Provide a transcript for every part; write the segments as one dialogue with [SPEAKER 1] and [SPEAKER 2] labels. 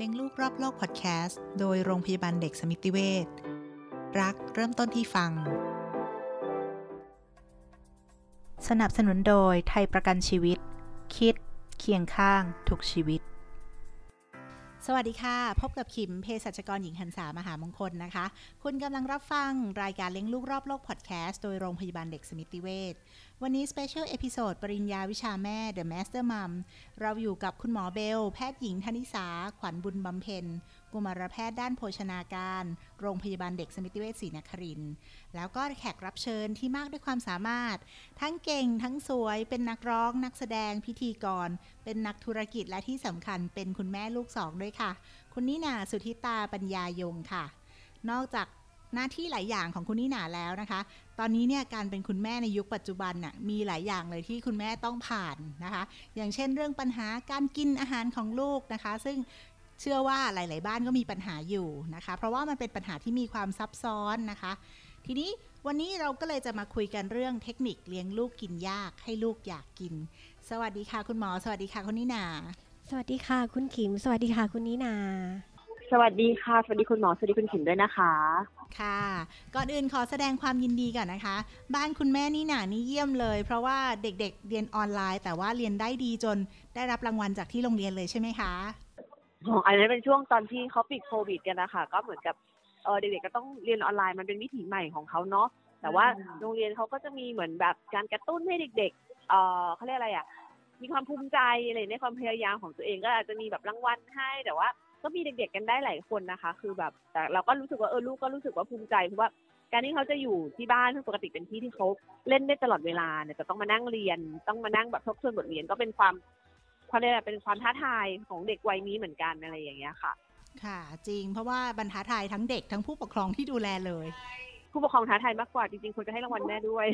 [SPEAKER 1] ลี้ยงลูกรอบโลกพอดแคสต์โดยโรงพยาบาลเด็กสมิติเวชรักเริ่มต้นที่ฟังสนับสนุนโดยไทยประกันชีวิตคิดเคียงข้างทุกชีวิตสวัสดีค่ะพบกับขิมเภสัชกรหญิงหันษามหามงคลนะคะคุณกำลังรับฟังรายการเลี้ยงลูกรอบโลกพอดแคสต์โดยโรงพยาบาลเด็กสมิติเวชวันนี้สเปเชียลเอพิโซดปริญญาวิชาแม่ The Master Mom เราอยู่กับคุณหมอเบลแพทย์หญิงธนิสาขวัญบุญบำเพ็ญกุมารแพทย์ด้านโภชนาการโรงพยาบาลเด็กสมิติเวชศรีนครินทร์แล้วก็แขกรับเชิญที่มากด้วยความสามารถทั้งเก่งทั้งสวยเป็นนักร้องนักแสดงพิธีกรเป็นนักธุรกิจและที่สำคัญเป็นคุณแม่ลูกสองด้วยค่ะคุณนิน่าสุทธิตาปัญญายงค่ะนอกจากหน้าที่หลายอย่างของคุณนิน่าแล้วนะคะตอนนี้เนี่ยการเป็นคุณแม่ในยุคปัจจุบันน่ะมีหลายอย่างเลยที่คุณแม่ต้องผ่านนะคะอย่างเช่นเรื่องปัญหาการกินอาหารของลูกนะคะซึ่งเชื่อว่าหลายๆบ้านก็มีปัญหาอยู่นะคะเพราะว่ามันเป็นปัญหาที่มีความซับซ้อนนะคะทีนี้วันนี้เราก็เลยจะมาคุยกันเรื่องเทคนิคเลี้ยงลูกกินยากให้ลูกอยากกินสวัสดีค่ะคุณหมอสวัสดีค่ะคุณนิน่า
[SPEAKER 2] สวัสดีค่ะคุณขิมสวัสดีค่ะคุณนินา
[SPEAKER 3] สวัสดีค่ะสวัสดีคุณหมอสวัสดีคุณขิมด้วยนะคะ
[SPEAKER 1] ค่ะก่อนอื่นขอแสดงความยินดีก่อนนะคะบ้านคุณแม่นี่หนานี่เยี่ยมเลยเพราะว่าเด็กๆเรียนออนไลน์แต่ว่าเรียนได้ดีจนได้รับรางวัลจากที่โรงเรียนเลยใช่ไหมคะ
[SPEAKER 3] อันนี้เป็นช่วงตอนที่เขาปิดโควิดกันนะคะก็เหมือนกับเด็กๆก็ต้องเรียนออนไลน์มันเป็นวิถีใหม่ของเขาเนาะแต่ว่าโรงเรียนเขาก็จะมีเหมือนแบบการกระตุ้นให้เด็กๆเขาเรียกอะไรอ่ะมีความภูมิใจอะไรในความพยายามของตัวเองก็อาจจะมีแบบรางวัลให้แต่ว่าก็มีเด็กๆกันได้หลายคนนะคะคือแบบแต่เราก็รู้สึกว่าลูกก็รู้สึกว่าภูมิใจเพราะว่าการที่เขาจะอยู่ที่บ้านซึ่งปกติเป็นที่ที่เขาเล่นได้ตลอดเวลาเนี่ยจะต้องมานั่งเรียนต้องมานั่งแบบทบทวนบทเรียนก็เป็นความเรียกเป็นความท้าทายของเด็กวัยนี้เหมือนกันอะไรอย่างเงี้ยค่ะ
[SPEAKER 1] ค่ะจริงเพราะว่าบรรท้าทายทั้งเด็กทั้งผู้ปกครองที่ดูแลเลย
[SPEAKER 3] ผู้ปกครองท้าทายมากกว่าจริงๆควรจะให้รางวัลแม่ด้วย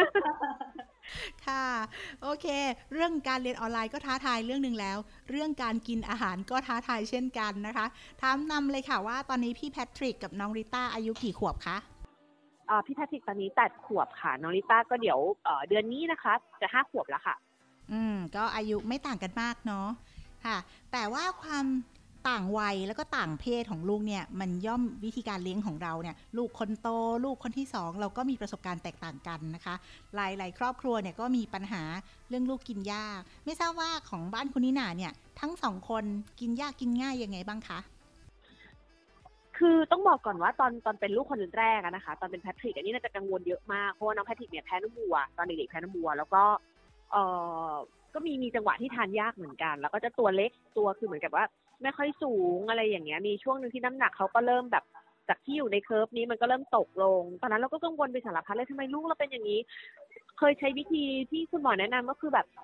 [SPEAKER 1] ค่ะโอเคเรื่องการเรียนออนไลน์ก็ท้าทายเรื่องนึงแล้วเรื่องการกินอาหารก็ท้าทายเช่นกันนะคะถามนำเลยค่ะว่าตอนนี้พี่แพทริกกับน้องริต้าอายุกี่ขวบคะ
[SPEAKER 3] พี่แพทริกตอนนี้8 ขวบค่ะน้องริต้าก็เดี๋ยวเดือนนี้นะคะจะ5 ขวบแล้วค่ะ
[SPEAKER 1] ก็อายุไม่ต่างกันมากเนาะค่ะแต่ว่าความต่างวัยแล้วก็ต่างเพศของลูกเนี่ยมันย่อมวิธีการเลี้ยงของเราเนี่ยลูกคนโตลูกคนที่สองเราก็มีประสบการณ์แตกต่างกันนะคะหลายๆครอบครัวเนี่ยก็มีปัญหาเรื่องลูกกินยากไม่ทราบว่าของบ้านคุณนิน่าเนี่ยทั้งสองคนกินยากกินง่ายยังไงบ้างคะ
[SPEAKER 3] คือต้องบอกก่อนว่าตอนเป็นลูกคนแรกนะคะตอนเป็นแพทริกอันนี้น่าจะกังวลเยอะมากเพราะว่าน้องแพทริกเนี่ยแพ้น้ำวัวตอนเด็กๆแพ้น้ำวัวแล้วก็ก็มีจังหวะที่ทานยากเหมือนกันแล้วก็จะตัวเล็กตัวคือเหมือนกับว่าไม่ค่อยสูงอะไรอย่างเงี้ยมีช่วงนึงที่น้ำหนักเขาก็เริ่มแบบจากที่อยู่ในเคิร์ฟนี้มันก็เริ่มตกลงตอนนั้นเราก็กังวลไปสารพัดเลยทำไมลูกเราเป็นอย่างนี้เคยใช้วิธีที่คุณหมอแนะนำก็คือแบบ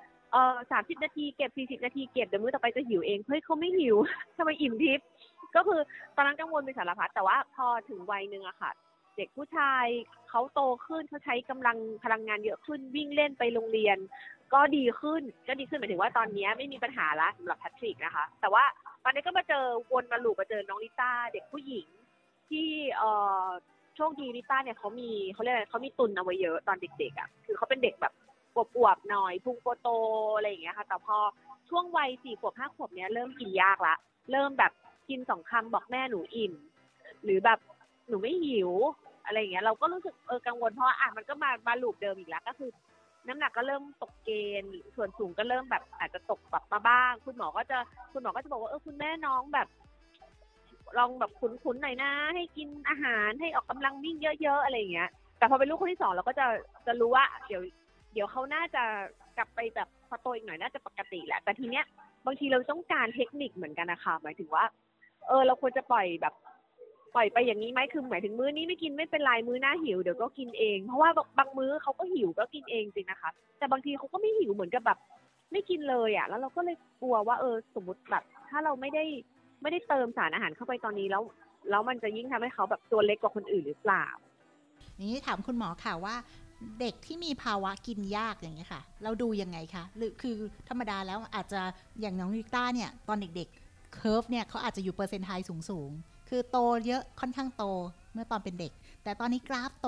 [SPEAKER 3] 30 นาทีเก็บ40 นาทีเก็บเดี๋ยวมื้อต่อไปจะหิวเองเฮ้ยเขาไม่หิวทำไมอิ่มทิพย์ก็คือตอนนั้นกังวลไปสารพัดแต่ว่าพอถึงวัยนึงอะค่ะเด็กผู้ชายเขาโตขึ้นเขาใช้กำลังพลังงานเยอะขึ้นวิ่งเล่นไปโรงเรียนก็ดีขึ้นหมายถึงว่าตอนนี้ไม่มีปัญหาละสำหรับแพทริกนะคะแต่ว่าตอนนี้ก็มาเจอวนมาลูกมาเจอน้องลิต้าเด็กผู้หญิงที่โชคดีลิต้าเนี่ยเขาเรียกอะไรเขามีตุนเอาไว้เยอะตอนเด็กๆอ่ะคือเขาเป็นเด็กแบบอวบๆหน่อยพุงโตๆอะไรอย่างเงี้ยค่ะแต่พอช่วงวัย4 ขวบ5 ขวบเนี้ยเริ่มกินยากละเริ่มแบบกิน2 คำบอกแม่หนูอิ่มหรือแบบหนูไม่หิวอะไรอย่างเงี้ยเราก็รู้สึกกังวลเพราะมันก็มาลูปเดิมอีกแล้วก็คือน้ำหนักก็เริ่มตกเกณฑ์ส่วนสูงก็เริ่มแบบอาจจะตกแบบมาบ้างคุณหมอก็จะบอกว่าคุณแม่น้องแบบลองแบบคุ้นๆหน่อยนะให้กินอาหารให้ออกกำลังวิ่งเยอะๆอะไรอย่างเงี้ยแต่พอเป็นลูกคนที่2เราก็จะรู้ว่าเดี๋ยวเขาน่าจะกลับไปแบบพอโตอีกหน่อยน่าจะปกติแหละแต่ทีเนี้ยบางทีเราต้องการเทคนิคเหมือนกันนะคะหมายถึงว่าเราควรจะปล่อยไปอย่างนี้ไหมคือหมายถึงมื้อนี้ไม่กินไม่เป็นไรมื้อหน้าหิวเดี๋ยวก็กินเองเพราะว่าบางมื้อเขาก็หิวก็กินเองจริงนะคะแต่บางทีเขาก็ไม่หิวเหมือนกับแบบไม่กินเลยอ่ะแล้วเราก็เลยกลัวว่าสมมติแบบถ้าเราไม่ได้เติมสารอาหารเข้าไปตอนนี้แล้วมันจะยิ่งทำให้เขาแบบตัวเล็กกว่าคนอื่นหรือเปล่า
[SPEAKER 1] นี้ถามคุณหมอค่ะว่าเด็กที่มีภาวะกินยากอย่างเงี้ยค่ะเราดูยังไงคะหรือคือธรรมดาแล้วอาจจะอย่างน้องลิต้าเนี่ยตอนเด็กๆเคิร์ฟเนี่ยเขาอาจจะอยู่เปอร์เซ็นต์ไทสูงคือโตเยอะค่อนข้างโตเมื่อตอนเป็นเด็กแต่ตอนนี้กราฟตก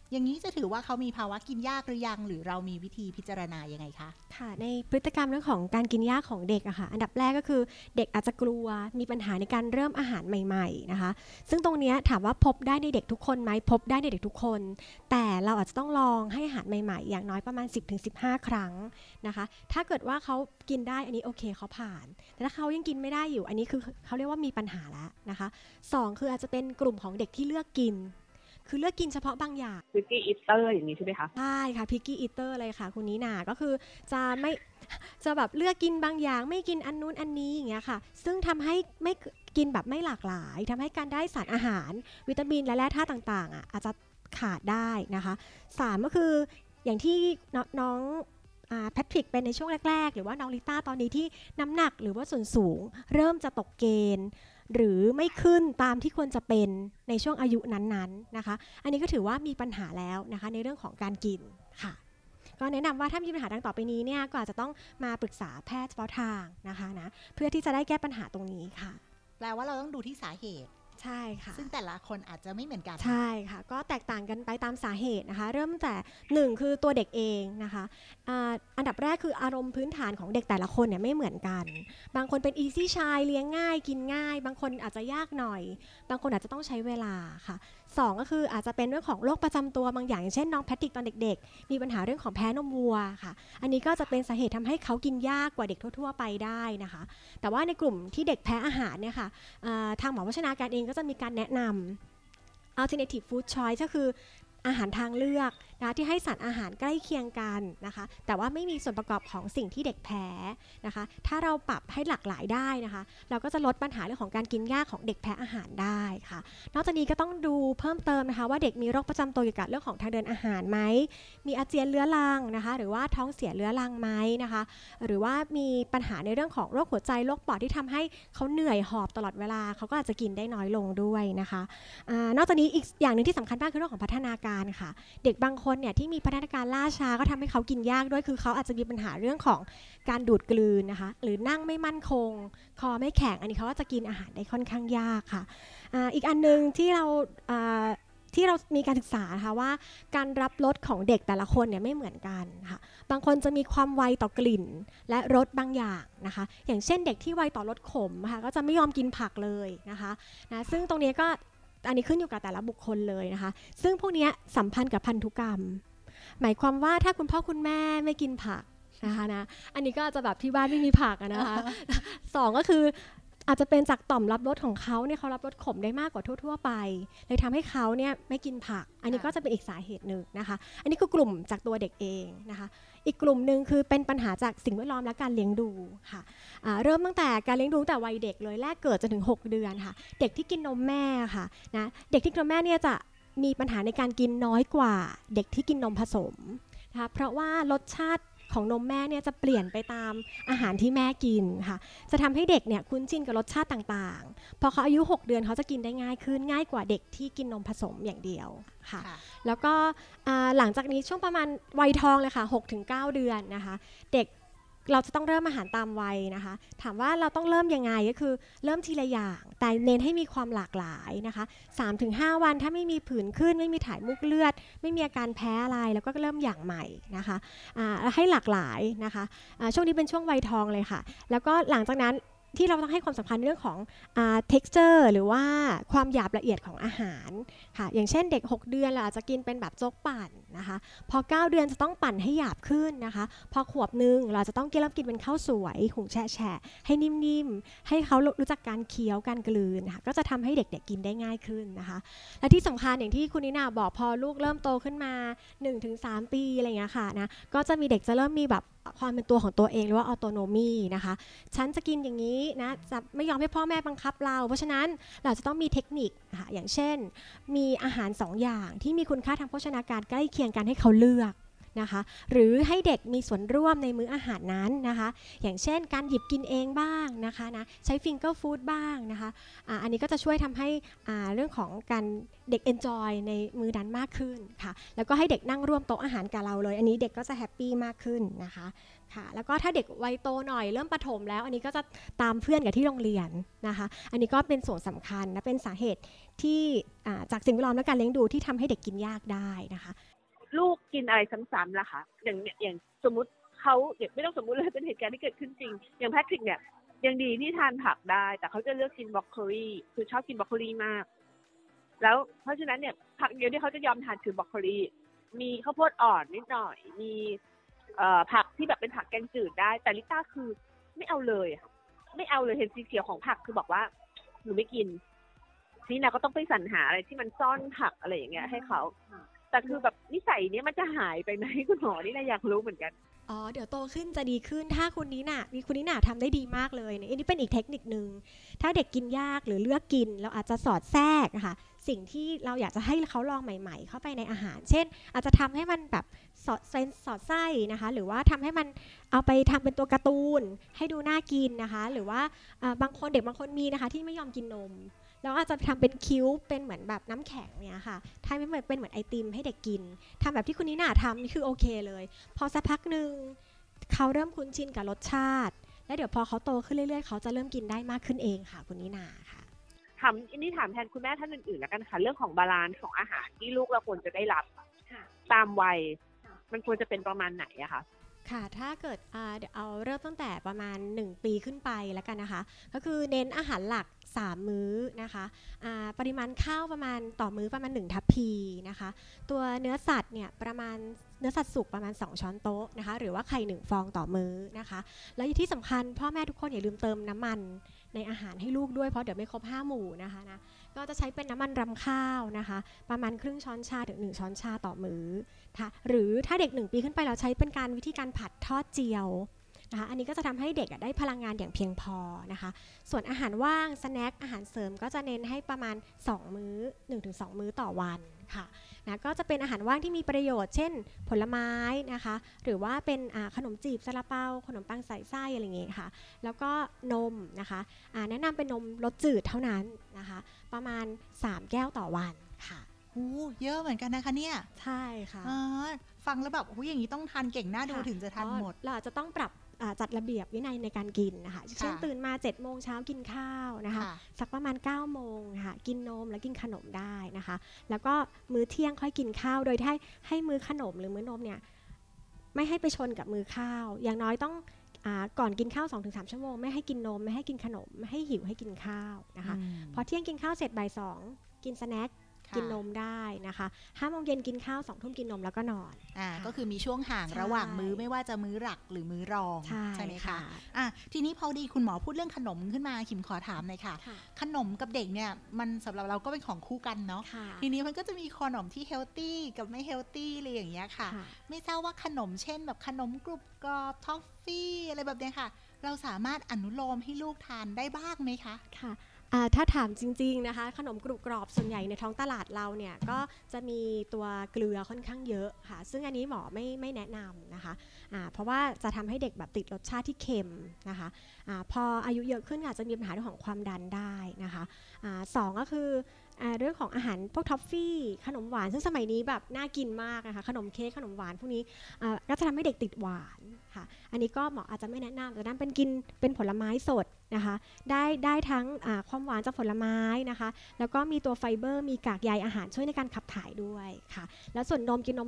[SPEAKER 1] อย่างนี้จะถือว่าเขามีภาวะกินยากหรือยังหรือเรามีวิธีพิจารณายังไงคะ
[SPEAKER 2] ค่ะในพฤติกรรมเรื่องของการกินยากของเด็กอะค่ะอันดับแรกก็คือเด็กอาจจะกลัวมีปัญหาในการเริ่มอาหารใหม่ๆนะคะซึ่งตรงนี้ถามว่าพบได้ในเด็กทุกคนไหมพบได้ในเด็กทุกคนแต่เราอาจจะต้องลองให้อาหารใหม่ๆอย่างน้อยประมาณ 10-15 ครั้งนะคะถ้าเกิดว่าเขากินได้อันนี้โอเคเขาผ่านแต่ถ้าเขายังกินไม่ได้อยู่อันนี้คือเขาเรียกว่ามีปัญหาแล้วนะคะ2คืออาจจะเป็นกลุ่มของเด็กที่เลือกกินคือเลือกกินเฉพาะบางอย่าง
[SPEAKER 3] picky eater อย่างนี้ใช่ไหมคะ
[SPEAKER 2] ใช่ค่ะ picky eater เลยค่ะคุณนิน่าก็คือจะแบบเลือกกินบางอย่างไม่กินอันนู้นอันนี้อย่างเงี้ยค่ะซึ่งทำให้ไม่กินแบบไม่หลากหลายทำให้การได้สารอาหารวิตามินและแร่ธาตุต่างๆอาจจะขาดได้นะคะ3ก็คืออย่างที่น้องแพทริกเป็นในช่วงแรกๆหรือว่าน้องลิต้าตอนนี้ที่น้ำหนักหรือว่าส่วนสูงเริ่มจะตกเกณฑ์หรือไม่ขึ้นตามที่ควรจะเป็นในช่วงอายุนั้นๆนะคะอันนี้ก็ถือว่ามีปัญหาแล้วนะคะในเรื่องของการกินค่ะก็แนะนำว่าถ้ามีปัญหาดังต่อไปนี้เนี่ยก็อาจจะต้องมาปรึกษาแพทย์เฉพาะทางนะคะนะเพื่อที่จะได้แก้ปัญหาตรงนี้ค่ะ
[SPEAKER 1] แปลว่าเราต้องดูที่สาเหตุ
[SPEAKER 2] ใช่ค่ะ
[SPEAKER 1] ซึ่งแต่ละคนอาจจะไม่เหมือนกัน
[SPEAKER 2] ใช่ค่ะก็แตกต่างกันไปตามสาเหตุนะคะเริ่มแต่1คือตัวเด็กเองนะคะอันดับแรกคืออารมณ์พื้นฐานของเด็กแต่ละคนเนี่ยไม่เหมือนกันบางคนเป็น easy child เลี้ยงง่ายกินง่ายบางคนอาจจะยากหน่อยบางคนอาจจะต้องใช้เวลาค่ะ2ก็คืออาจจะเป็นเรื่องของโรคประจำตัวบางอย่างอย่างเช่นน้องแพทริกตอนเด็กๆมีปัญหาเรื่องของแพ้นมวัวค่ะอันนี้ก็จะเป็นสาเหตุทำให้เขากินยากกว่าเด็กทั่วๆไปได้นะคะแต่ว่าในกลุ่มที่เด็กแพ้อาหารเนี่ยค่ะทางหมอโภชนาการเองก็จะมีการแนะนำ alternative food choice ก็คืออาหารทางเลือกนะที่ให้สารอาหารใกล้เคียงกันนะคะแต่ว่าไม่มีส่วนประกอบของสิ่งที่เด็กแพ้นะคะถ้าเราปรับให้หลากหลายได้นะคะเราก็จะลดปัญหาเรื่องของการกินยากของเด็กแพ้อาหารได้ค่ะนอกจากนี้ก็ต้องดูเพิ่มเติมนะคะว่าเด็กมีโรคประจำตัวเกี่ยวกับเรื่องของทางเดินอาหารไหมมีอาเจียนเรื้อรังนะคะหรือว่าท้องเสียเรื้อรังไหมนะคะหรือว่ามีปัญหาในเรื่องของโรคหัวใจโรคปอดที่ทำให้เขาเหนื่อยหอบตลอดเวลาเขาก็อาจจะกินได้น้อยลงด้วยนะคะนอกจากนี้อีกอย่างนึงที่สำคัญมากคือเรื่องของพัฒนาการค่ะเด็กบางคนเนี่ยที่มีพัฒนาการล่าช้าก็ทำให้เขากินยากด้วยคือเขาอาจจะมีปัญหาเรื่องของการดูดกลืนนะคะหรือนั่งไม่มั่นคงคอไม่แข็งอันนี้เขาก็จะกินอาหารได้ค่อนข้างยากค่ะอีกอันนึงที่เรามีการศึกษาค่ะว่าการรับรสของเด็กแต่ละคนเนี่ยไม่เหมือนกันค่ะบางคนจะมีความไวต่อกลิ่นและรสบางอย่างนะคะอย่างเช่นเด็กที่ไวต่อรสขมค่ะก็จะไม่ยอมกินผักเลยนะคะซึ่งตรงนี้ก็อันนี้ขึ้นอยู่กับแต่ละบุคคลเลยนะคะซึ่งพวกนี้สัมพันธ์กับพันธุกรรมหมายความว่าถ้าคุณพ่อคุณแม่ไม่กินผักนะคะนะอันนี้ก็จะแบบที่บ้านไม่มีผักนะคะ2ก็คืออาจจะเป็นจากต่อมรับรสของเขาเนี่ยเขารับรสขมได้มากกว่าทั่วๆไปเลยทำให้เขาเนี่ยไม่กินผักอันนี้ก็จะเป็นอีกสาเหตุหนึ่งนะคะอันนี้คือกลุ่มจากตัวเด็กเองนะคะอีกกลุ่มหนึ่งคือเป็นปัญหาจากสิ่งแวดล้อมและการเลี้ยงดูค่ะเริ่มตั้งแต่การเลี้ยงดูตั้งแต่วัยเด็กเลยแรกเกิดจนถึง6 เดือนค่ะเด็กที่กินนมแม่ค่ะนะเด็กที่กินนมแม่เนี่ยจะมีปัญหาในการกินน้อยกว่าเด็กที่กินนมผสมนะคะเพราะว่ารสชาติของนมแม่เนี่ยจะเปลี่ยนไปตามอาหารที่แม่กินค่ะจะทำให้เด็กเนี่ยคุ้นชินกับรสชาติต่างๆพอเขาอายุ6 เดือนเขาจะกินได้ง่ายขึ้นง่ายกว่าเด็กที่กินนมผสมอย่างเดียวค่ะแล้วก็หลังจากนี้ช่วงประมาณวัยทองเลยค่ะ 6-9 เดือนนะคะเด็กเราจะต้องเริ่มอาหารตามวัยนะคะถามว่าเราต้องเริ่มยังไงก็คือเริ่มทีละอย่างแต่เน้นให้มีความหลากหลายนะคะ 3-5 วันถ้าไม่มีผื่นขึ้นไม่มีถ่ายมุกเลือดไม่มีอาการแพ้อะไรแล้วก็เริ่มอย่างใหม่นะคะให้หลากหลายนะคะช่วงนี้เป็นช่วงวัยทองเลยค่ะแล้วก็หลังจากนั้นที่เราต้องให้ความสำคัญเรื่องของtexture หรือว่าความหยาบละเอียดของอาหารค่ะอย่างเช่นเด็ก6 เดือนเราอาจจะกินเป็นแบบโจ๊กปั่นนะคะพอ9 เดือนจะต้องปั่นให้หยาบขึ้นนะคะพอขวบนึงเราจะต้องเริ่มกินเป็นข้าวสวยหุงแฉะให้นิ่มๆให้เขารู้จักการเคี้ยวการกลืนค่ะก็จะทำให้เด็กๆกินได้ง่ายขึ้นนะคะและที่สำคัญอย่างที่คุณนิน่าบอกพอลูกเริ่มโตขึ้นมา 1-3 ปีอะไรอย่างเงี้ยค่ะนะก็จะมีเด็กจะเริ่มมีแบบความเป็นตัวของตัวเองหรือว่าออโตโนมีนะคะฉันจะกินอย่างนี้นะจะไม่ยอมให้พ่อแม่บังคับเราเพราะฉะนั้นเราจะต้องมีเทคนิคค่ะอย่างเช่นมีอาหาร2 อย่างที่มีคุณค่าทางโภชนาการใกล้เคียงกันให้เขาเลือกนะคะหรือให้เด็กมีส่วนร่วมในมื้ออาหารนั้นนะคะอย่างเช่นการหยิบกินเองบ้างนะคะนะใช้ฟิงเกอร์ฟู้ดบ้างนะคะอันนี้ก็จะช่วยทำให้เรื่องของการเด็ก enjoy ในมื้อนั้นมากขึ้นค่ะแล้วก็ให้เด็กนั่งร่วมโต๊ะอาหารกับเราเลยอันนี้เด็กก็จะแฮปปี้มากขึ้นนะคะค่ะแล้วก็ถ้าเด็กวัยโตหน่อยเริ่มประถมแล้วอันนี้ก็จะตามเพื่อนกับที่โรงเรียนนะคะอันนี้ก็เป็นส่วนสำคัญและเป็นสาเหตุที่จากสิ่งแวดล้อมและการเลี้ยงดูที่ทำให้เด็กกินยากได้นะคะ
[SPEAKER 3] ลูกกินอะไรซ้ำๆล่ะคะอย่างสมมติเขาไม่ต้องสมมติเลยเป็นเหตุการณ์ที่เกิดขึ้นจริงอย่างแพทริกเนี่ยยังดีที่ทานผักได้แต่เขาจะเลือกกินบรอกโคลีคือชอบกินบรอกโคลีมากแล้วเพราะฉะนั้นเนี่ยผักเดียวที่เขาจะยอมทานคือบรอกโคลีมีข้าวโพดอ่อนนิดหน่อยมีผักที่แบบเป็นผักแกงจืดได้แต่ลิต้าคือไม่เอาเลยเห็นสีเขียวของผักคือบอกว่าหนูไม่กินนี่นะก็ต้องไปสรรหาอะไรที่มันซ่อนผักอะไรอย่างเงี้ยให้เขาแต่คือแบบนิสัยนี้มันจะหายไปไหมคุณหมอนี่นะอยากรู้เหมือนกัน
[SPEAKER 2] เดี๋ยวโตขึ้นจะดีขึ้นถ้าคุณนิน่าทำได้ดีมากเลยอันนี้เป็นอีกเทคนิคนึงถ้าเด็กกินยากหรือเลือกกินเราอาจจะสอดแทรกค่ะสิ่งที่เราอยากจะให้เขาลองใหม่ๆเข้าไปในอาหารเช่นอาจจะทำให้มันแบบสอดไส้นะคะหรือว่าทำให้มันเอาไปทำเป็นตัวการ์ตูนให้ดูน่ากินนะคะหรือว่าบางคนมีนะคะที่ไม่ยอมกินนมแล้วอาจจะทำเป็นคิ้วเป็นเหมือนแบบน้ำแข็งเนี่ยค่ะทำเป็นเหมือนไอติมให้เด็กกินทำแบบที่คุณนิน่าทำนี่คือโอเคเลยพอสักพักนึงเขาเริ่มคุ้นชินกับรสชาติแล้วเดี๋ยวพอเขาโตขึ้นเรื่อยๆเขาจะเริ่มกินได้มากขึ้นเองค่ะคุณนิน่าค่ะ
[SPEAKER 3] ถามแทนคุณแม่ท่านอื่นๆแล้วกันค่ะเรื่องของบาลานซ์ของอาหารที่ลูกเราควรจะได้รับตามวัยมันควรจะเป็นประมาณไหนอะคะ
[SPEAKER 2] ค่ะถ้าเกิดเดี๋ยวเอาเริ่มตั้งแต่ประมาณ1ปีขึ้นไปแล้วกันนะคะก็คือเน้นอาหารหลัก3มื้อนะคะปริมาณข้าวประมาณต่อมื้อประมาณ1ทัพพีนะคะตัวเนื้อสัตว์เนี่ยประมาณเนื้อสัตว์สุกประมาณ2ช้อนโต๊ะนะคะหรือว่าไข่1ฟองต่อมื้อนะคะแล้วที่สำคัญพ่อแม่ทุกคนอย่าลืมเติมน้ำมันในอาหารให้ลูกด้วยเพราะเดี๋ยวไม่ครบ5หมู่นะคะนะก็จะใช้เป็นน้ำมันรำข้าวนะคะประมาณครึ่งช้อนชาถึง1ช้อนชาต่อมื้อค่ะหรือถ้าเด็ก1ปีขึ้นไปเราใช้เป็นวิธีการผัดทอดเจียวนะคะอันนี้ก็จะทำให้เด็กได้พลังงานอย่างเพียงพอนะคะส่วนอาหารว่างสแน็คอาหารเสริมก็จะเน้นให้ประมาณ2มื้อ 1-2 มื้อต่อวันค่ะนะก็จะเป็นอาหารว่างที่มีประโยชน์เช่นผลไม้นะคะหรือว่าเป็นขนมจีบซาลาเปาขนมปังใส่ไส้อะไรอย่างเงี้ยค่ะแล้วก็นมนะคะแนะนำเป็นนมรสจืดเท่านั้นนะคะประมาณ3แก้วต่อวันค่ะ
[SPEAKER 1] เยอะเหมือนกันนะคะเนี่ย
[SPEAKER 2] ใช่ค่ะ
[SPEAKER 1] ฟังแล้วแบบอย่างนี้ต้องทานเก่งน่าดูถึงจะทานหมด
[SPEAKER 2] เราจะต้องปรับจัดระเบียบวินัยในการกินนะคะเช่นตื่นมา7 โมงเช้ากินข้าวนะคะสักประมาณ9 โมงค่ะกินนมแล้วกินขนมได้นะคะแล้วก็มื้อเที่ยงค่อยกินข้าวโดยให้มื้อขนมหรือมื้อนมเนี่ยไม่ให้ไปชนกับมื้อข้าวอย่างน้อยต้องก่อนกินข้าว 2-3 ชั่วโมงไม่ให้กินนมไม่ให้กินขนมไม่ให้หิวให้กินข้าวนะคะพอเที่ยงกินข้าวเสร็จบ่าย 2กินสแน็คกินนมได้นะคะ5 โมงเย็นกินข้าว2 ทุ่มกินนมแล้วก็นอน
[SPEAKER 1] ก็คือมีช่วงห่างระหว่างมื้อไม่ว่าจะมื้อหลักหรือมื้อรองใช่ไหมคะทีนี้พอดีคุณหมอพูดเรื่องขนมขึ้นมาขิมขอถามหน่อยค่ะขนมกับเด็กเนี่ยมันสำหรับเราก็เป็นของคู่กันเนาะทีนี้มันก็จะมีขนมที่เฮลตี้กับไม่เฮลตี้อะไรอย่างเงี้ยค่ะไม่ทราบว่าขนมเช่นแบบขนมกรุบกรอบทอฟฟี่อะไรแบบนี้ค่ะเราสามารถอนุโลมให้ลูกทานได้บ้างไหมคะ
[SPEAKER 2] ค่ะถ้าถามจริงๆนะคะขนมกรุบกรอบส่วนใหญ่ในท้องตลาดเราเนี่ยก็จะมีตัวเกลือค่อนข้างเยอะค่ะซึ่งอันนี้หมอไม่แนะนำนะคะเพราะว่าจะทำให้เด็กแบบติดรสชาติที่เค็มนะคะพออายุเยอะขึ้นอาจจะมีปัญหาเรื่องของความดันได้นะคะ2ก็คือเรื่องของอาหารพวกท็อฟฟี่ขนมหวานซึ่งสมัยนี้แบบน่ากินมากนะคะขนมเค้กขนมหวานพวกนี้ก็จะทำให้เด็กติดหวานค่ะอันนี้ก็หมออาจจะไม่แนะนำแต่นั่นเป็นผลไม้สดนะคะได้ทั้งความหวานจากผลไม้นะคะแล้วก็มีตัวไฟเบอร์มีกากใยอาหารช่วยในการขับถ่ายด้วยค่ะแล้วส่วนนมกินนม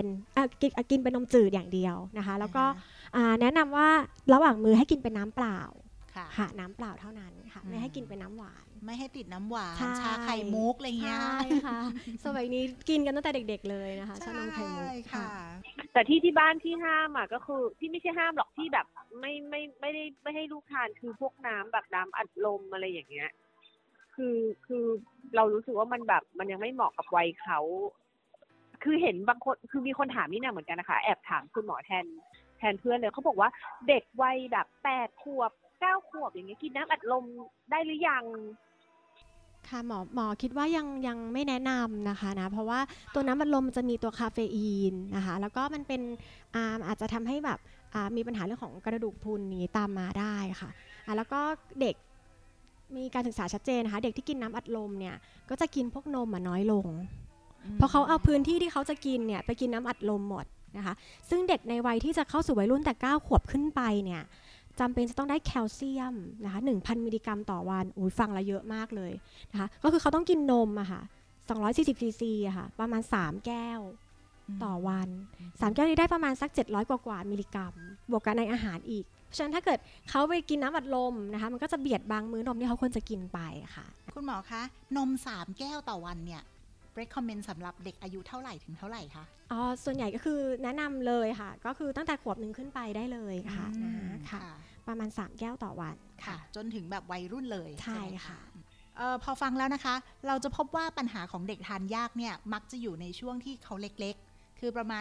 [SPEAKER 2] 0% กินเป็นนมจืดอย่างเดียวนะคะแล้วก็แนะนำว่าระหว่างมื้อให้กินเป็นน้ำเปล่าค่ะน้ำเปล่าเท่านั้นค่ะไม่ให้กินเป็นน้ำหวาน
[SPEAKER 1] ไม่ให้ติดน้ำหวานชาไข่มุกอะไรเงี้ย
[SPEAKER 2] ใช่ค่ะสมัยนี้กินกันตั้งแต่เด็กๆเลยนะคะชานมไข่มุกค่ะ
[SPEAKER 3] แต่ที่บ้านที่ห้ามก็คือที่ไม่ใช่ห้ามหรอกที่แบบไม่ได้ไม่ให้ลูกทานคือพวกน้ำแบบน้ำอัดลมอะไรอย่างเงี้ยคือเรารู้สึกว่ามันแบบมันยังไม่เหมาะกับวัยเขาคือเห็นบางคนคือมีคนถามนี่นะเหมือนกันนะคะแอบถามคุณหมอแทนเพื่อนเลยเขาบอกว่าเด็กวัยแบบ8 ขวบ 9 ขวบอย่างเงี้ยกินน้ำอัดลมได้หรือยัง
[SPEAKER 2] ค่ะหมอคิดว่ายังไม่แนะนำนะคะนะเพราะว่าตัวน้ำอัดลมจะมีตัวคาเฟอีนนะคะแล้วก็มันเป็นอาจจะทำให้แบบมีปัญหาเรื่องของกระดูกพรุนนี้ตามมาได้ค่ะแล้วก็เด็กมีการศึกษาชัดเจนนะคะเด็กที่กินน้ำอัดลมเนี่ยก็จะกินพวกนมน้อยลงเพราะเขาเอาพื้นที่ที่เขาจะกินเนี่ยไปกินน้ำอัดลมหมดนะคะซึ่งเด็กในวัยที่จะเข้าสู่วัยรุ่นแต่9 ขวบขึ้นไปเนี่ยจำเป็นจะต้องได้แคลเซียมนะคะ 1,000 มิลลิกรัมต่อวันฟังแล้วเยอะมากเลยนะคะก็คือเขาต้องกินนมอะค่ะ240 ซีซีอะค่ะประมาณ3 แก้วต่อวัน3 แก้วนี้ได้ประมาณสัก700 กว่ามิลลิกรัมบวกกับในอาหารอีกเพราะฉะนั้นถ้าเกิดเขาไปกินน้ำอัดลมนะคะมันก็จะเบียดบังมื้อนมที่เขาควรจะกินไปค่ะ
[SPEAKER 1] คุณหมอคะนม3 แก้วต่อวันเนี่ย recommend สำหรับเด็กอายุเท่าไหร่ถึงเท่าไหร่คะ
[SPEAKER 2] ส่วนใหญ่ก็คือแนะนำเลยค่ะก็คือตั้งแต่ขวบ1ขึ้นไปได้เลยค่ะค่ะประมาณ3 แก้วต่อวัน
[SPEAKER 1] ค่ะจนถึงแบบวัยรุ่นเลย
[SPEAKER 2] ใช่ค่ะ
[SPEAKER 1] พอฟังแล้วนะคะเราจะพบว่าปัญหาของเด็กทานยากเนี่ยมักจะอยู่ในช่วงที่เขาเล็กๆคือประมาณ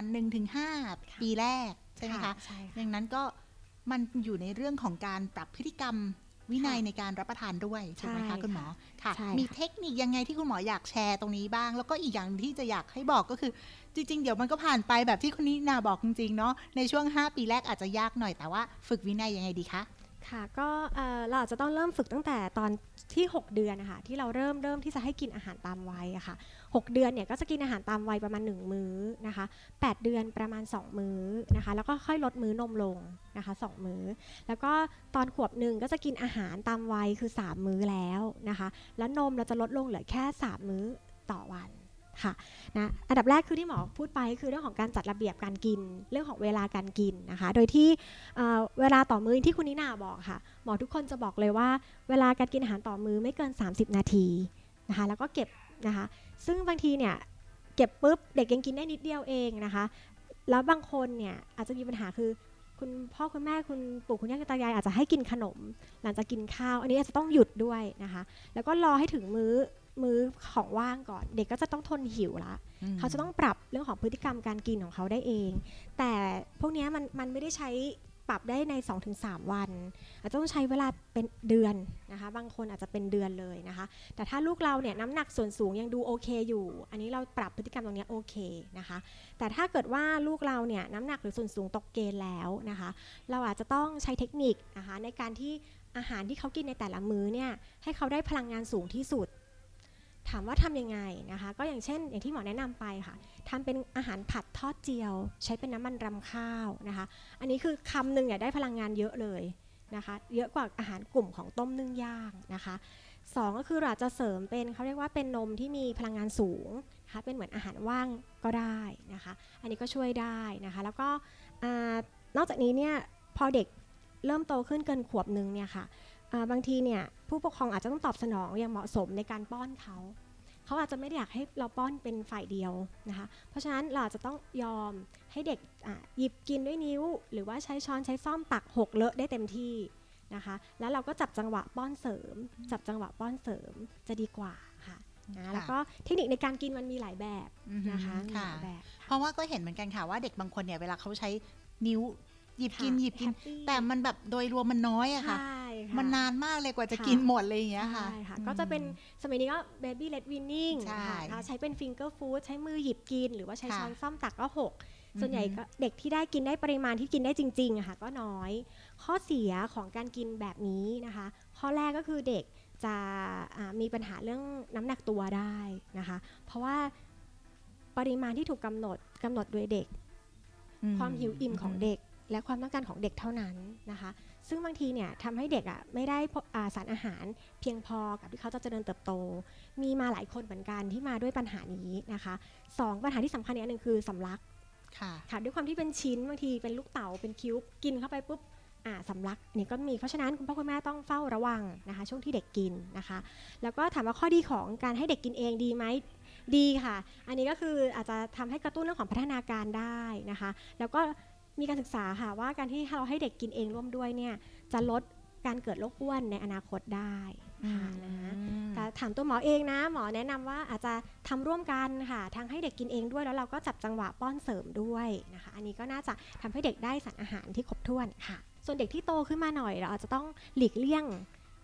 [SPEAKER 1] 1-5 ปีแรกใช่ไหมคะดังนั้นก็มันอยู่ในเรื่องของการปรับพฤติกรรมวินัยในการรับประทานด้วยถูกไหมคะคุณหมอค่ะมีเทคนิคยังไงที่คุณหมออยากแชร์ตรงนี้บ้างแล้วก็อีกอย่างที่จะอยากให้บอกก็คือจริงๆเดี๋ยวมันก็ผ่านไปแบบที่คุณนินาบอกจริงๆเนาะในช่วง5 ปีแรกอาจจะยากหน่อยแต่ว่าฝึกวินัยยังไงดีคะ
[SPEAKER 2] ค่ะก็เราอาจจะต้องเริ่มฝึกตั้งแต่ตอนที่6 เดือนนะคะที่เราเริ่มที่จะให้กินอาหารตามวัยอะค่ะ6 เดือนเนี่ยก็จะกินอาหารตามวัยประมาณ1 มื้อนะคะ8 เดือนประมาณ2 มื้อนะคะแล้วก็ค่อยลดมื้อนมลงนะคะ2 มื้อแล้วก็ตอนขวบ1ก็จะกินอาหารตามวัยคือ3 มื้อแล้วนะคะแล้วนมเราจะลดลงเหลือแค่3 มื้อต่อวันค่ะนะอันดับแรกคือที่หมอพูดไปคือเรื่องของการจัดระเบียบการกินเรื่องของเวลาการกินนะคะโดยที่เวลาต่อมื้อที่คุณนินาบอกค่ะหมอทุกคนจะบอกเลยว่าเวลาการกินอาหารต่อมื้อไม่เกิน30 นาทีนะคะแล้วก็เก็บนะคะซึ่งบางทีเนี่ยเก็บปุ๊บเด็กยังกินได้นิดเดียวเองนะคะแล้วบางคนเนี่ยอาจจะมีปัญหาคือคุณพ่อคุณแม่คุณปู่คุณย่าคุณตายายอาจจะให้กินขนมหลังจากกินข้าวอันนี้อาจจะต้องหยุดด้วยนะคะแล้วก็รอให้ถึงมื้อของว่างก่อนเด็กก็จะต้องทนหิวละเขาจะต้องปรับเรื่องของพฤติกรรมการกินของเขาได้เองแต่พวกนี้มันไม่ได้ใช้ปรับได้ใน 2-3 วันอาจจะต้องใช้เวลาเป็นเดือนนะคะบางคนอาจจะเป็นเดือนเลยนะคะแต่ถ้าลูกเราเนี่ยน้ำหนักส่วนสูงยังดูโอเคอยู่อันนี้เราปรับพฤติกรรมตรงนี้โอเคนะคะแต่ถ้าเกิดว่าลูกเราเนี่ยน้ำหนักหรือส่วนสูงตกเกณฑ์แล้วนะคะเราอาจจะต้องใช้เทคนิคนะคะในการที่อาหารที่เขากินในแต่ละมื้อเนี่ยให้เขาได้พลังงานสูงที่สุดถามว่าทำยังไงนะคะก็อย่างเช่นอย่างที่หมอแนะนำไปค่ะทำเป็นอาหารผัดทอดเจียวใช้เป็นน้ำมันรำข้าวนะคะอันนี้คือคำหนึ่งเนี่ยได้พลังงานเยอะเลยนะคะเยอะกว่าอาหารกลุ่มของต้มนึ่งย่างนะคะ2ก็คือเราจะเสริมเป็นเขาเรียกว่าเป็นนมที่มีพลังงานสูงนะคะเป็นเหมือนอาหารว่างก็ได้นะคะอันนี้ก็ช่วยได้นะคะแล้วก็นอกจากนี้เนี่ยพอเด็กเริ่มโตขึ้นเกินขวบนึงเนี่ยค่ะบางทีเนี่ยผู้ปกครองอาจจะต้องตอบสนองอย่างเหมาะสมในการป้อนเขาอาจจะไม่ได้อยากให้เราป้อนเป็นฝ่ายเดียวนะคะเพราะฉะนั้นเราจะต้องยอมให้เด็กหยิบกินด้วยนิ้วหรือว่าใช้ช้อนใช้ซ่อมตักหกเลอะได้เต็มที่นะคะแล้วเราก็จับจังหวะป้อนเสริมจะดีกว่าค่ะนะแล้วก็เทคนิคในการกินมันมีหลายแบบนะคะหลายแบบ
[SPEAKER 1] เพราะว่าก็เห็นเหมือนกันค่ะว่าเด็กบางคนเนี่ยเวลาเขาใช้นิ้วหยิบกินแต่มันแบบโดยรวมมันน้อยอะค่ะมันนานมากเลยกว่าจะกินหมดเลยอย่างเงี้ยค่ะ
[SPEAKER 2] ก็จะเป็นสมัยนี้ก็ baby led weaning ค่ะใช้เป็น finger food ใช้มือหยิบกินหรือว่าใช้ช้อนซ่อมตักก็6ส่วนใหญ่ก็เด็กที่ได้กินได้ปริมาณที่กินได้จริงๆอะค่ะก็น้อยข้อเสียของการกินแบบนี้นะคะข้อแรกก็คือเด็กจะมีปัญหาเรื่องน้ำหนักตัวได้นะคะเพราะว่าปริมาณที่ถูกกำหนดโดยเด็กความหิวอิ่มของเด็กและความต้องการของเด็กเท่านั้นนะคะซึ่งบางทีเนี่ยทำให้เด็กไม่ได้สารอาหารเพียงพอกับที่เขาจะเจริญเติบโตมีมาหลายคนเหมือนกันที่มาด้วยปัญหานี้นะคะ2ปัญหาที่สำคัญอีกอันนึงคือสำลักค่ะด้วยความที่เป็นชิ้นบางทีเป็นลูกเต๋าเป็นคิ้วกินเข้าไปปุ๊บสำลักนี่ก็มีเพราะฉะนั้นคุณพ่อคุณแม่ต้องเฝ้าระวังนะคะช่วงที่เด็กกินนะคะแล้วก็ถามว่าข้อดีของการให้เด็กกินเองดีไหมดีค่ะอันนี้ก็คืออาจจะทำให้กระตุ้นเรื่องของพัฒนาการได้นะคะแล้วก็มีการศึกษาค่ะว่าการที่เราให้เด็กกินเองร่วมด้วยเนี่ยจะลดการเกิดโรคอ้วนในอนาคตได้นะแต่ถามตัวหมอเองนะหมอแนะนำว่าอาจจะทำร่วมกันค่ะทั้งให้เด็กกินเองด้วยแล้วเราก็จับจังหวะป้อนเสริมด้วยนะคะอันนี้ก็น่าจะทำให้เด็กได้สารอาหารที่ครบถ้วนค่ะส่วนเด็กที่โตขึ้นมาหน่อยเราอาจจะต้องหลีกเลี่ยง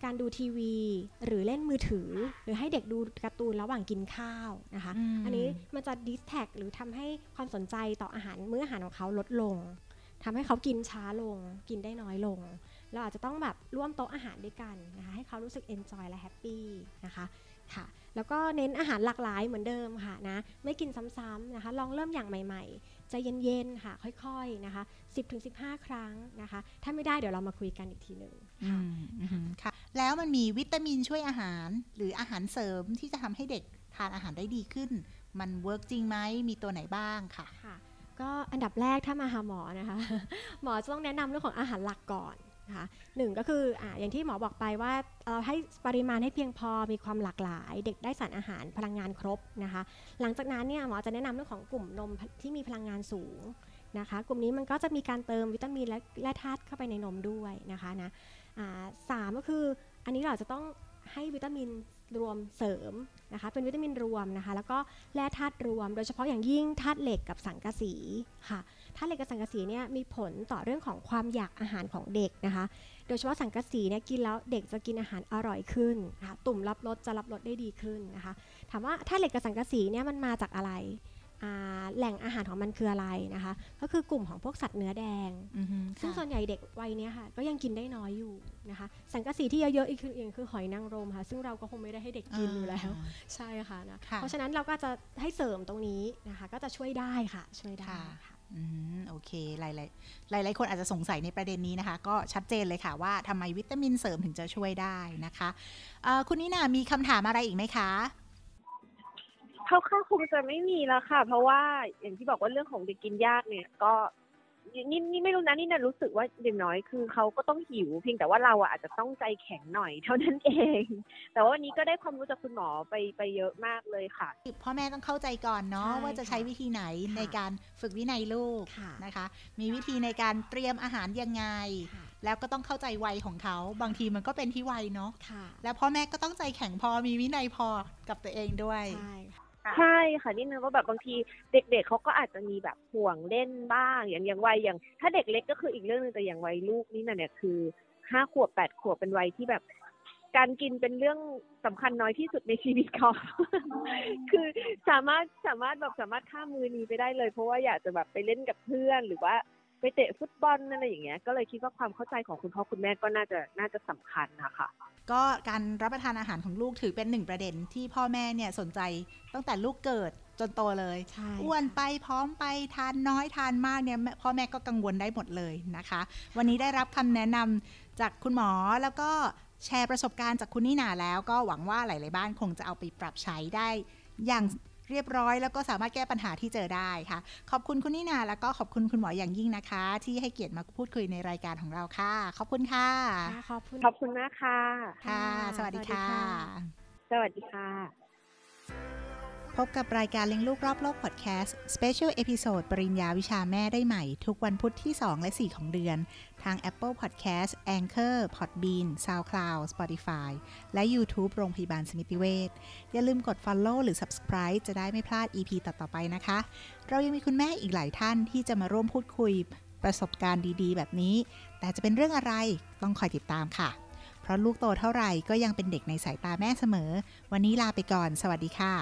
[SPEAKER 2] การดูทีวีหรือเล่นมือถือหรือให้เด็กดูการ์ตูนระหว่างกินข้าวนะคะอันนี้มันจะดิสแท็กหรือทำให้ความสนใจต่ออาหารมื้ออาหารของเขาลดลงทำให้เขากินช้าลงกินได้น้อยลงเราอาจจะต้องแบบร่วมโต๊ะอาหารด้วยกันนะคะให้เขารู้สึก enjoy และ happy นะคะค่ะแล้วก็เน้นอาหารหลากหลายเหมือนเดิมค่ะนะไม่กินซ้ำๆนะคะลองเริ่มอย่างใหม่ๆใจเย็นๆค่ะค่อยๆนะคะ 10-15 ครั้งนะคะถ้าไม่ได้เดี๋ยวเรามาคุยกันอีกทีหนึ่ง
[SPEAKER 1] ค่ะแล้วมันมีวิตามินช่วยอาหารหรืออาหารเสริมที่จะทำให้เด็กทานอาหารได้ดีขึ้นมันเวิร์กจริงไหมมีตัวไหนบ้างค่ะ
[SPEAKER 2] ก็อันดับแรกถ้ามาหาหมอนะคะหมอจะต้องแนะนำเรื่องของอาหารหลักก่อนนะคะหนึ่งก็คืออย่างที่หมอบอกไปว่าเราให้ปริมาณให้เพียงพอมีความหลากหลายเด็กได้สารอาหารพลังงานครบนะคะหลังจากนั้นเนี่ยหมอจะแนะนำเรื่องของกลุ่มนมที่มีพลังงานสูงนะคะกลุ่มนี้มันก็จะมีการเติมวิตามินและธาตุเข้าไปในนมด้วยนะคะนะ3ก็คืออันนี้เราจะต้องให้วิตามินรวมเสริมนะคะเป็นวิตามินรวมนะคะแล้วก็แร่ธาตุรวมโดยเฉพาะอย่างยิ่งธาตุเหล็กกับสังกะสีค่ะธาตุเหล็กกับสังกะสีเนี่ยมีผลต่อเรื่องของความอยากอาหารของเด็กนะคะโดยเฉพาะสังกะสีเนี่ยกินแล้วเด็กจะกินอาหารอร่อยขึ้นนะคะตุ่มรับรสจะรับรสได้ดีขึ้นนะคะถามว่าธาตุเหล็กกับสังกะสีเนี่ยมันมาจากอะไรแหล่งอาหารของมันคืออะไรนะคะก็คือกลุ่มของพวกสัตว์เนื้อแดงซึ่งส่วนใหญ่เด็กวัยนี้ค่ะก็ยังกินได้น้อยอยู่นะคะสังกะสีที่เยอะๆอีกคือหอยนางรมค่ะซึ่งเราก็คงไม่ได้ให้เด็กกินอยู่แล้วใช่ค่ะนะเพราะฉะนั้นเราก็จะให้เสริมตรงนี้นะคะก็จะช่วยได้ค่ะช่วยได้ค่ะ
[SPEAKER 1] โอเคหลายคนอาจจะสงสัยในประเด็นนี้นะคะก็ชัดเจนเลยค่ะว่าทำไมวิตามินเสริมถึงจะช่วยได้นะคะคุณนิน่ามีคำถามอะไรอีกไหมคะ
[SPEAKER 3] เขาคงจะไม่มีแล้วค่ะเพราะว่าอย่างที่บอกว่าเรื่องของเด็กกินยากเนี่ยก็นี่ไม่รู้นะนี่รู้สึกว่าอย่างน้อยคือเขาก็ต้องหิวเพียงแต่ว่าเราอาจจะต้องใจแข็งหน่อยเท่านั้นเองแต่ว่าวันนี้ก็ได้ความรู้จากคุณหมอไปเยอะมากเลยค่ะ
[SPEAKER 1] พ่อแม่ต้องเข้าใจก่อนเนาะว่าจะใช้วิธีไหนในการฝึกวินัยลูกนะคะมีวิธีในการเตรียมอาหารยังไงแล้วก็ต้องเข้าใจวัยของเขาบางทีมันก็เป็นที่วัยเนาะแล้วพ่อแม่ก็ต้องใจแข็งพอมีวินัยพอกับตัวเองด้วย
[SPEAKER 3] ใช่ค่ะนี่นึกว่าแบบบางทีเด็กๆเขาก็อาจจะมีแบบห่วงเล่นบ้างอย่างวัยอย่างถ้าเด็กเล็กก็คืออีกเรื่องนึงแต่อย่างวัยลูกนี่เนี่ยคือ5 ขวบ 8 ขวบเป็นวัยที่แบบการกินเป็นเรื่องสำคัญน้อยที่สุดในชีวิตเขา คือสามารถข้ามมือนี้ไปได้เลยเพราะว่าอยากจะแบบไปเล่นกับเพื่อนหรือว่าไปเตะฟุตบอลอะไรอย่างเงี้ยก็เลยคิดว่าความเข้าใจของคุณพ่อคุณแม่ก็น่าจะสำคัญนะคะ
[SPEAKER 1] ก็การรับประทานอาหารของลูกถือเป็นหนึ่งประเด็นที่พ่อแม่เนี่ยสนใจตั้งแต่ลูกเกิดจนโตเลยอ้วนไปพร้อมไปทานน้อยทานมากเนี่ยพ่อแม่ก็กังวลได้หมดเลยนะคะวันนี้ได้รับคำแนะนำจากคุณหมอแล้วก็แชร์ประสบการณ์จากคุณนิน่าแล้วก็หวังว่าหลายๆบ้านคงจะเอาไปปรับใช้ได้อย่างเรียบร้อยแล้วก็สามารถแก้ปัญหาที่เจอได้ค่ะขอบคุณคุณนิน่าแล้วก็ขอบคุณคุณหมออย่างยิ่งนะคะที่ให้เกียรติมาพูดคุยในรายการของเราค่ะขอบคุณค่ะ
[SPEAKER 3] ขอบคุณมากค่ะ
[SPEAKER 1] ค่ะสวัสดีค่ะ
[SPEAKER 3] สวัสดีค่ะ
[SPEAKER 1] พบกับรายการเลี้ยงลูกรอบโลกพอดแคสต์ Special Episode ปริญญาวิชาแม่ได้ใหม่ทุกวันพุธที่2และ4ของเดือนทาง Apple Podcast Anchor Podbean SoundCloud Spotify และ YouTube โรงพยาบาลสมิติเวชอย่าลืมกด Follow หรือ Subscribe จะได้ไม่พลาด EP ต่อๆไปนะคะเรายังมีคุณแม่อีกหลายท่านที่จะมาร่วมพูดคุยประสบการณ์ดีๆแบบนี้แต่จะเป็นเรื่องอะไรต้องคอยติดตามค่ะเพราะลูกโตเท่าไหร่ก็ยังเป็นเด็กในสายตาแม่เสมอวันนี้ลาไปก่อนสวัสดีค่ะ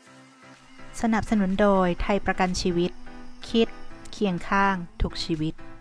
[SPEAKER 1] สนับสนุนโดยไทยประกันชีวิตคิดเคียงข้างทุกชีวิต